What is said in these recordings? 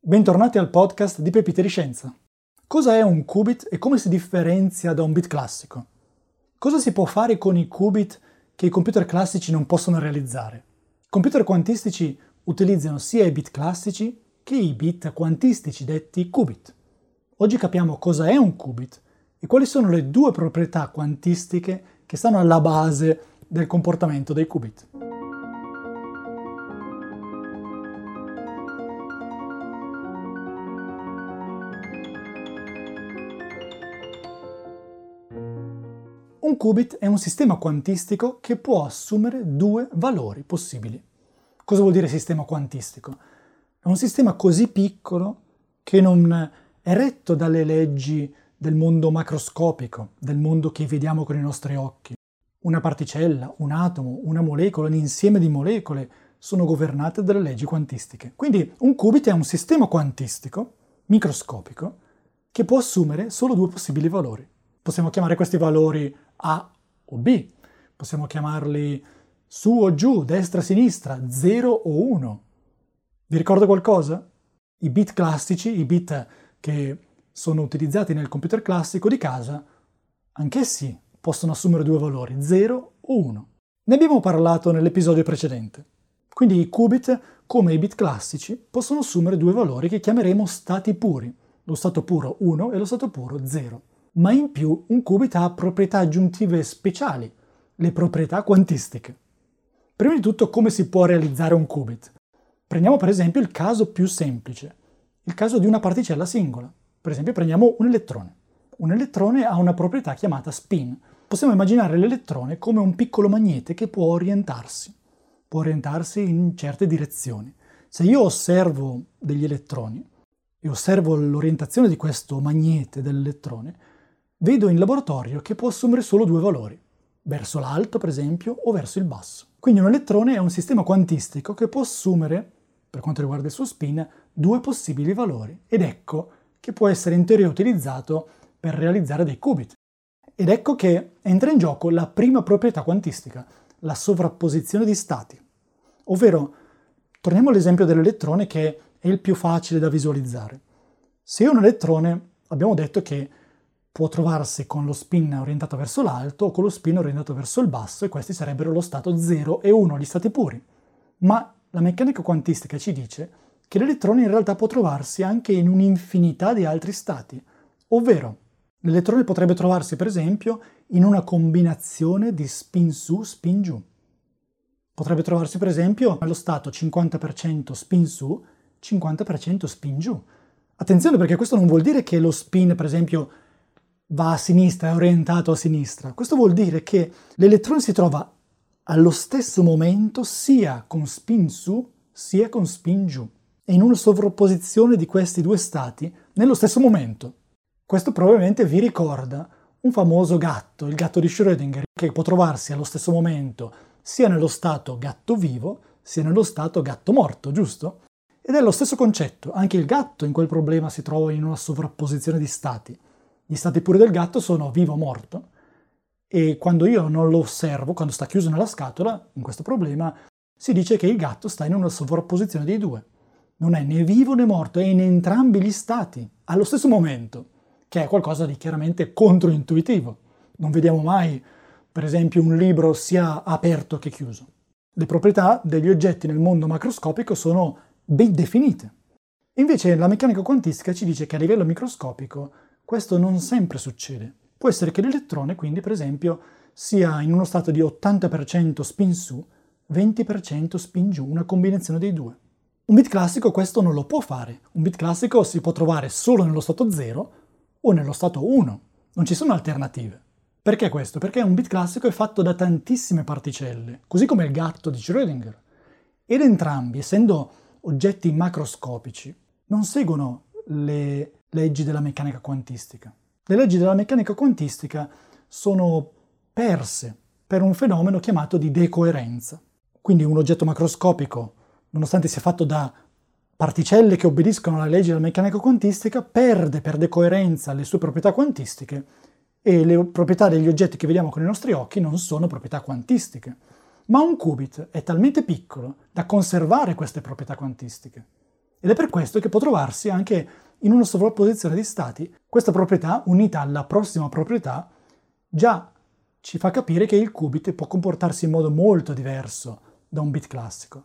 Bentornati al podcast di Pepite di Scienza. Cosa è un qubit e come si differenzia da un bit classico? Cosa si può fare con i qubit che i computer classici non possono realizzare? I computer quantistici utilizzano sia i bit classici che i bit quantistici detti qubit. Oggi capiamo cosa è un qubit e quali sono le due proprietà quantistiche che stanno alla base del comportamento dei qubit. Un qubit è un sistema quantistico che può assumere due valori possibili. Cosa vuol dire sistema quantistico? È un sistema così piccolo che non è retto dalle leggi del mondo macroscopico, del mondo che vediamo con i nostri occhi. Una particella, un atomo, una molecola, un insieme di molecole sono governate dalle leggi quantistiche. Quindi un qubit è un sistema quantistico, microscopico, che può assumere solo due possibili valori. Possiamo chiamare questi valori A o B, possiamo chiamarli su o giù, destra o sinistra, 0 o 1. Vi ricordo qualcosa? I bit classici, i bit che sono utilizzati nel computer classico di casa, anch'essi possono assumere due valori, 0 o 1. Ne abbiamo parlato nell'episodio precedente. Quindi i qubit, come i bit classici, possono assumere due valori che chiameremo stati puri, lo stato puro 1 e lo stato puro 0. Ma in più un qubit ha proprietà aggiuntive speciali, le proprietà quantistiche. Prima di tutto, come si può realizzare un qubit? Prendiamo per esempio il caso più semplice, il caso di una particella singola. Per esempio prendiamo un elettrone. Un elettrone ha una proprietà chiamata spin. Possiamo immaginare l'elettrone come un piccolo magnete che può orientarsi in certe direzioni. Se io osservo degli elettroni e osservo l'orientazione di questo magnete dell'elettrone, vedo in laboratorio che può assumere solo due valori, verso l'alto per esempio o verso il basso. Quindi un elettrone è un sistema quantistico che può assumere, per quanto riguarda il suo spin, due possibili valori ed ecco che può essere in teoria utilizzato per realizzare dei qubit. Ed ecco che entra in gioco la prima proprietà quantistica, la sovrapposizione di stati. Ovvero, torniamo all'esempio dell'elettrone che è il più facile da visualizzare. Se un elettrone, abbiamo detto che può trovarsi con lo spin orientato verso l'alto o con lo spin orientato verso il basso e questi sarebbero lo stato 0 e 1, gli stati puri. Ma la meccanica quantistica ci dice che l'elettrone in realtà può trovarsi anche in un'infinità di altri stati, ovvero l'elettrone potrebbe trovarsi per esempio in una combinazione di spin su, spin giù. Potrebbe trovarsi per esempio nello stato 50% spin su, 50% spin giù. Attenzione, perché questo non vuol dire che lo spin per esempio va a sinistra, è orientato a sinistra. Questo vuol dire che l'elettrone si trova allo stesso momento sia con spin su sia con spin giù e in una sovrapposizione di questi due stati nello stesso momento. Questo probabilmente vi ricorda un famoso gatto, il gatto di Schrödinger, che può trovarsi allo stesso momento sia nello stato gatto vivo sia nello stato gatto morto, giusto? Ed è lo stesso concetto, anche il gatto in quel problema si trova in una sovrapposizione di stati. Gli stati puri del gatto sono vivo o morto e quando io non lo osservo, quando sta chiuso nella scatola, in questo problema, si dice che il gatto sta in una sovrapposizione dei due. Non è né vivo né morto, è in entrambi gli stati, allo stesso momento, che è qualcosa di chiaramente controintuitivo. Non vediamo mai, per esempio, un libro sia aperto che chiuso. Le proprietà degli oggetti nel mondo macroscopico sono ben definite. Invece la meccanica quantistica ci dice che a livello microscopico questo non sempre succede. Può essere che l'elettrone, quindi, per esempio, sia in uno stato di 80% spin su, 20% spin giù, una combinazione dei due. Un bit classico questo non lo può fare. Un bit classico si può trovare solo nello stato 0 o nello stato 1. Non ci sono alternative. Perché questo? Perché un bit classico è fatto da tantissime particelle, così come il gatto di Schrödinger. Ed entrambi, essendo oggetti macroscopici, non seguono le leggi della meccanica quantistica. Le leggi della meccanica quantistica sono perse per un fenomeno chiamato di decoerenza. Quindi un oggetto macroscopico, nonostante sia fatto da particelle che obbediscono alle leggi della meccanica quantistica, perde per decoerenza le sue proprietà quantistiche e le proprietà degli oggetti che vediamo con i nostri occhi non sono proprietà quantistiche. Ma un qubit è talmente piccolo da conservare queste proprietà quantistiche. Ed è per questo che può trovarsi anche in una sovrapposizione di stati. Questa proprietà, unita alla prossima proprietà, già ci fa capire che il qubit può comportarsi in modo molto diverso da un bit classico.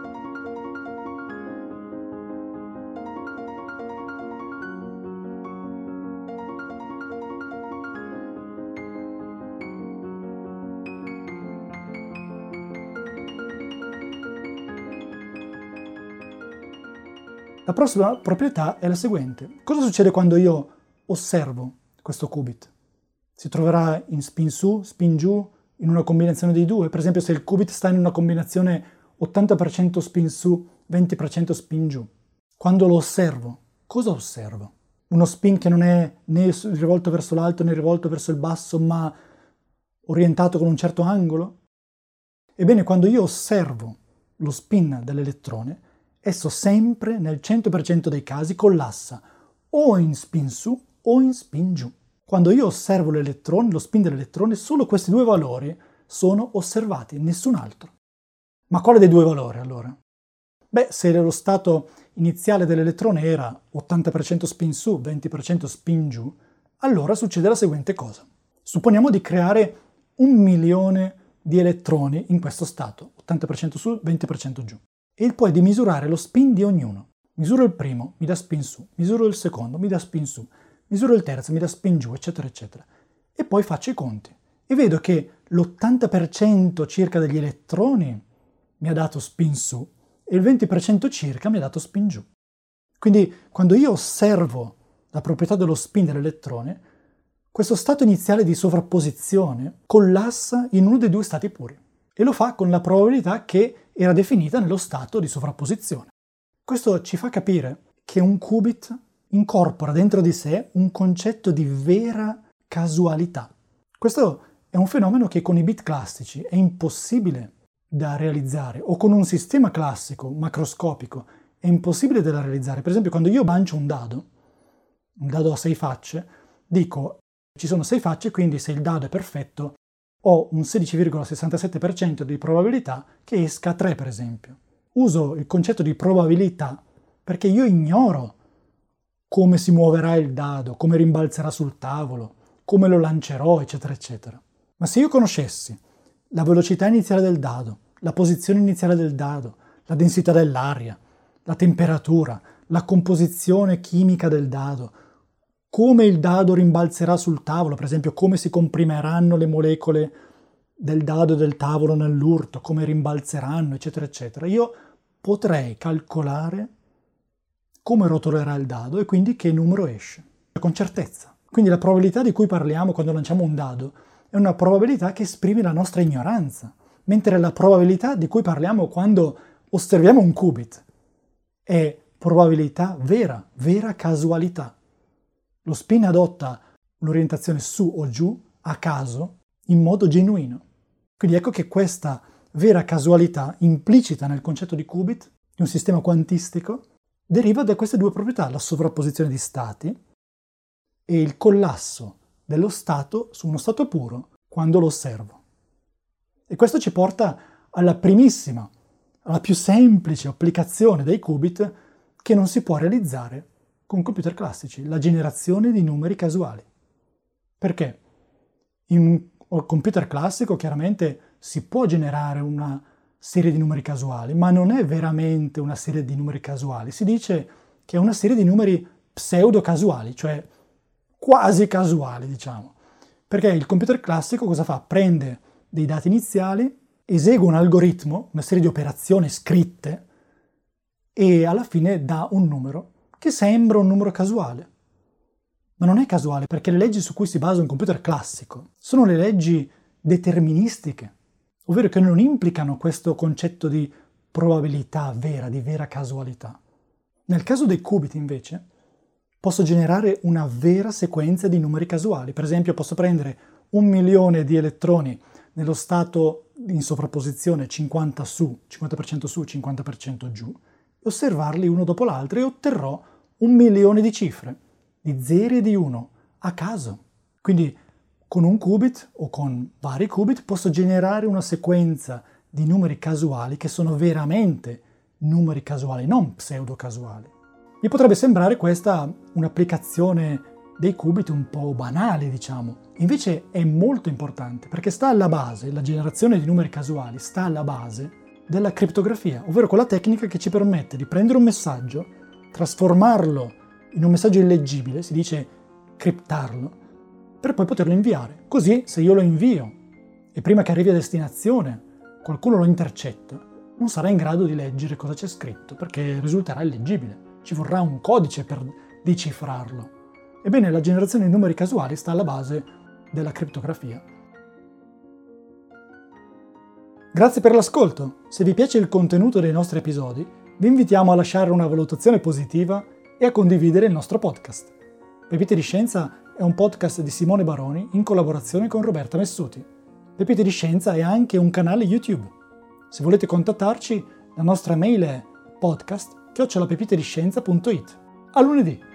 La prossima proprietà è la seguente. Cosa succede quando io osservo questo qubit? Si troverà in spin su, spin giù, in una combinazione dei due? Per esempio, se il qubit sta in una combinazione 80% spin su, 20% spin giù. Quando lo osservo, cosa osservo? Uno spin che non è né rivolto verso l'alto né rivolto verso il basso, ma orientato con un certo angolo? Ebbene, quando io osservo lo spin dell'elettrone, esso sempre, nel 100% dei casi, collassa o in spin su o in spin giù. Quando io osservo l'elettrone, lo spin dell'elettrone, solo questi due valori sono osservati, nessun altro. Ma quale dei due valori allora? Beh, se lo stato iniziale dell'elettrone era 80% spin su, 20% spin giù, allora succede la seguente cosa. Supponiamo di creare 1.000.000 di elettroni in questo stato, 80% su, 20% giù. E poi di misurare lo spin di ognuno. Misuro il primo, mi dà spin su, misuro il secondo, mi dà spin su, misuro il terzo, mi dà spin giù, eccetera, eccetera. E poi faccio i conti. E vedo che l'80% circa degli elettroni mi ha dato spin su e il 20% circa mi ha dato spin giù. Quindi quando io osservo la proprietà dello spin dell'elettrone, questo stato iniziale di sovrapposizione collassa in uno dei due stati puri. E lo fa con la probabilità che era definita nello stato di sovrapposizione. Questo ci fa capire che un qubit incorpora dentro di sé un concetto di vera casualità. Questo è un fenomeno che con i bit classici è impossibile da realizzare, o con un sistema classico macroscopico è impossibile da realizzare. Per esempio, quando io lancio un dado a 6 facce, dico ci sono 6 facce, quindi se il dado è perfetto ho un 16,67% di probabilità che esca 3, per esempio. Uso il concetto di probabilità perché io ignoro come si muoverà il dado, come rimbalzerà sul tavolo, come lo lancerò, eccetera, eccetera. Ma se io conoscessi la velocità iniziale del dado, la posizione iniziale del dado, la densità dell'aria, la temperatura, la composizione chimica del dado, come il dado rimbalzerà sul tavolo, per esempio come si comprimeranno le molecole del dado e del tavolo nell'urto, come rimbalzeranno, eccetera, eccetera, io potrei calcolare come rotolerà il dado e quindi che numero esce, con certezza. Quindi la probabilità di cui parliamo quando lanciamo un dado è una probabilità che esprime la nostra ignoranza, mentre la probabilità di cui parliamo quando osserviamo un qubit è probabilità vera, vera casualità. Lo spin adotta un'orientazione su o giù, a caso, in modo genuino. Quindi ecco che questa vera casualità, implicita nel concetto di qubit, di un sistema quantistico, deriva da queste due proprietà, la sovrapposizione di stati e il collasso dello stato su uno stato puro quando lo osservo. E questo ci porta alla primissima, alla più semplice applicazione dei qubit che non si può realizzare con computer classici, la generazione di numeri casuali. Perché? In un computer classico chiaramente si può generare una serie di numeri casuali, ma non è veramente una serie di numeri casuali. Si dice che è una serie di numeri pseudo-casuali, cioè quasi casuali, diciamo. Perché il computer classico cosa fa? Prende dei dati iniziali, esegue un algoritmo, una serie di operazioni scritte, e alla fine dà un numero che sembra un numero casuale. Ma non è casuale, perché le leggi su cui si basa un computer classico sono le leggi deterministiche, ovvero che non implicano questo concetto di probabilità vera, di vera casualità. Nel caso dei qubit, invece, posso generare una vera sequenza di numeri casuali. Per esempio, posso prendere 1.000.000 di elettroni nello stato in sovrapposizione 50 su, 50% su, 50% giù, osservarli uno dopo l'altro e otterrò 1.000.000 di cifre, di zeri e di 1, a caso. Quindi con un qubit o con vari qubit posso generare una sequenza di numeri casuali che sono veramente numeri casuali, non pseudo-casuali. Vi potrebbe sembrare questa un'applicazione dei qubit un po' banale, diciamo. Invece è molto importante, perché sta alla base, la generazione di numeri casuali sta alla base della criptografia, ovvero quella tecnica che ci permette di prendere un messaggio, trasformarlo in un messaggio illeggibile, si dice criptarlo, per poi poterlo inviare. Così, se io lo invio e prima che arrivi a destinazione qualcuno lo intercetta, non sarà in grado di leggere cosa c'è scritto, perché risulterà illeggibile. Ci vorrà un codice per decifrarlo. Ebbene, la generazione di numeri casuali sta alla base della criptografia. Grazie per l'ascolto. Se vi piace il contenuto dei nostri episodi, vi invitiamo a lasciare una valutazione positiva e a condividere il nostro podcast. Pepite di Scienza è un podcast di Simone Baroni in collaborazione con Roberta Messuti. Pepite di Scienza è anche un canale YouTube. Se volete contattarci, la nostra mail è podcast@pepitediscienza.it. A lunedì!